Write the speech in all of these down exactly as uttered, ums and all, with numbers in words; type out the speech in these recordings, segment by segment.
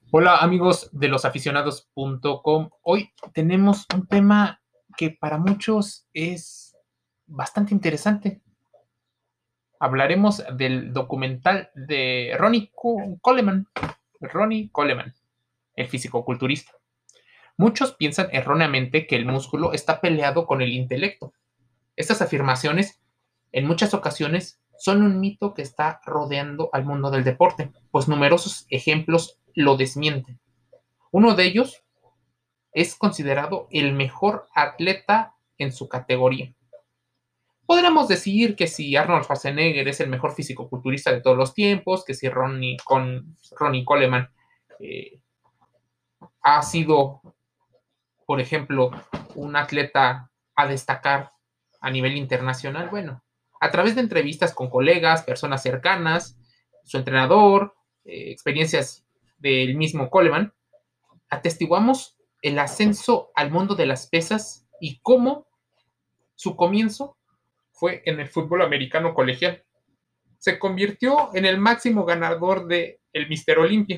Hola amigos de losaficionados punto com. Hoy tenemos un tema que para muchos es bastante interesante. Hablaremos del documental de Ronnie Coleman, Ronnie Coleman, el fisicoculturista. Muchos piensan erróneamente que el músculo está peleado con el intelecto. Estas afirmaciones, en muchas ocasiones, son un mito que está rodeando al mundo del deporte, pues numerosos ejemplos lo desmienten. Uno de ellos es considerado el mejor atleta en su categoría. Podríamos decir que si Arnold Schwarzenegger es el mejor fisicoculturista de todos los tiempos, que si Ronnie, con, Ronnie Coleman eh, ha sido, por ejemplo, un atleta a destacar a nivel internacional. Bueno, a través de entrevistas con colegas, personas cercanas, su entrenador, eh, experiencias del mismo Coleman, atestiguamos el ascenso al mundo de las pesas y cómo su comienzo fue en el fútbol americano colegial. Se convirtió en el máximo ganador de el míster Olympia,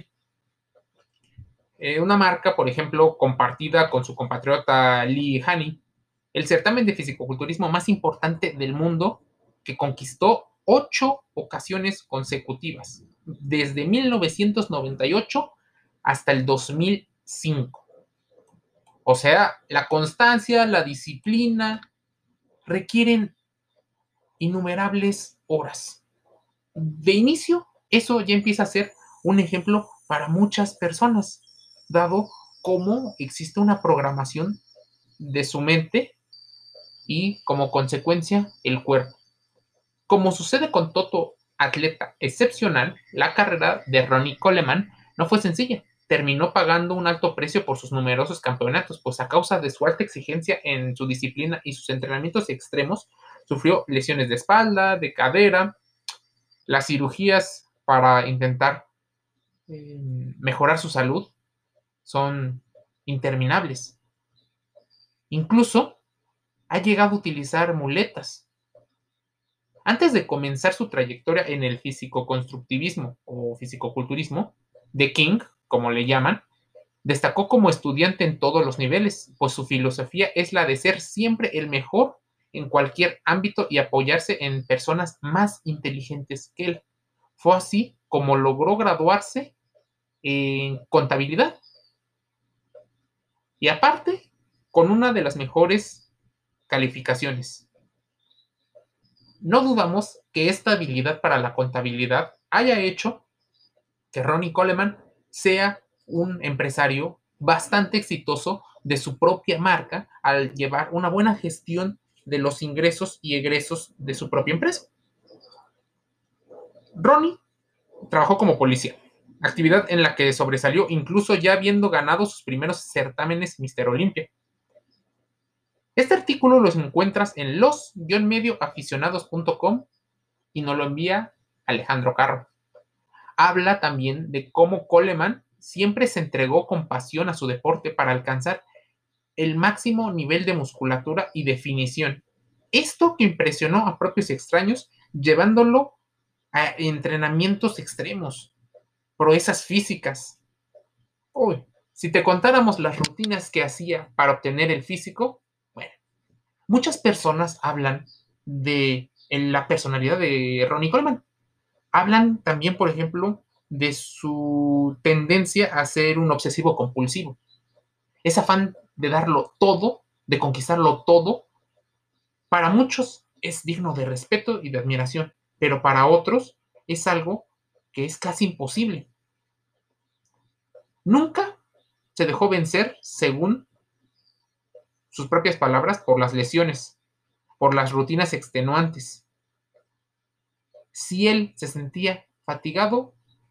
eh, una marca, por ejemplo, compartida con su compatriota Lee Haney, el certamen de fisicoculturismo más importante del mundo, que conquistó ocho ocasiones consecutivas, desde mil novecientos noventa y ocho hasta el dos mil cinco. O sea, la constancia, la disciplina requieren innumerables horas. De inicio, eso ya empieza a ser un ejemplo para muchas personas, dado cómo existe una programación de su mente y como consecuencia el cuerpo. Como sucede con todo atleta excepcional, la carrera de Ronnie Coleman no fue sencilla. Terminó pagando un alto precio por sus numerosos campeonatos, pues a causa de su alta exigencia en su disciplina y sus entrenamientos extremos, sufrió lesiones de espalda, de cadera. Las cirugías para intentar eh, mejorar su salud son interminables. Incluso ha llegado a utilizar muletas. Antes de comenzar su trayectoria en el físico-constructivismo o fisicoculturismo, The King, como le llaman, destacó como estudiante en todos los niveles, pues su filosofía es la de ser siempre el mejor en cualquier ámbito y apoyarse en personas más inteligentes que él. Fue así como logró graduarse en contabilidad y aparte con una de las mejores calificaciones. No dudamos que esta habilidad para la contabilidad haya hecho que Ronnie Coleman sea un empresario bastante exitoso de su propia marca al llevar una buena gestión de los ingresos y egresos de su propia empresa. Ronnie trabajó como policía, actividad en la que sobresalió incluso ya habiendo ganado sus primeros certámenes míster Olympia. Este artículo lo encuentras en los medio aficionados punto com y nos lo envía Alejandro Carro. Habla también de cómo Coleman siempre se entregó con pasión a su deporte para alcanzar el máximo nivel de musculatura y definición. Esto que impresionó a propios extraños, llevándolo a entrenamientos extremos, proezas físicas. Uy, si te contáramos las rutinas que hacía para obtener el físico, bueno, muchas personas hablan de la personalidad de Ronnie Coleman. Hablan también, por ejemplo, de su tendencia a ser un obsesivo compulsivo. Ese afán de darlo todo, de conquistarlo todo, para muchos es digno de respeto y de admiración, pero para otros es algo que es casi imposible. Nunca se dejó vencer, según sus propias palabras, por las lesiones, por las rutinas extenuantes. Si él se sentía fatigado,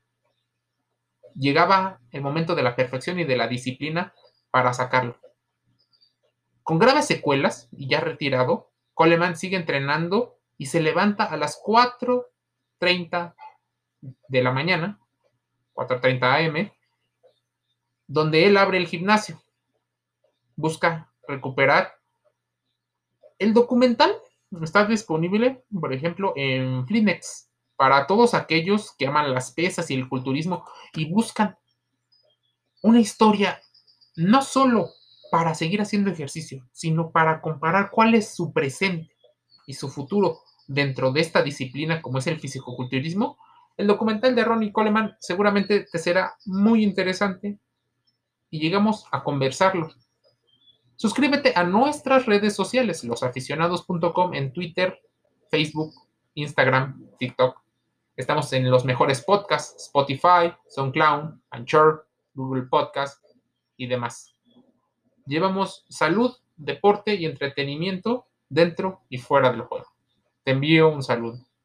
llegaba el momento de la perfección y de la disciplina para sacarlo. Con graves secuelas y ya retirado, Coleman sigue entrenando y se levanta a las cuatro treinta de la mañana, cuatro treinta a m, donde él abre el gimnasio. Busca recuperar. El documental está disponible, por ejemplo, en Flipnex, para todos aquellos que aman las pesas y el culturismo y buscan una historia no solo para seguir haciendo ejercicio, sino para comparar cuál es su presente y su futuro dentro de esta disciplina como es el fisicoculturismo, el documental de Ronnie Coleman seguramente te será muy interesante y llegamos a conversarlo. Suscríbete a nuestras redes sociales, losaficionados punto com en Twitter, Facebook, Instagram, TikTok. Estamos en los mejores podcasts, Spotify, SoundCloud, Anchor, Google Podcast y demás. Llevamos salud, deporte y entretenimiento dentro y fuera del juego. Te envío un saludo.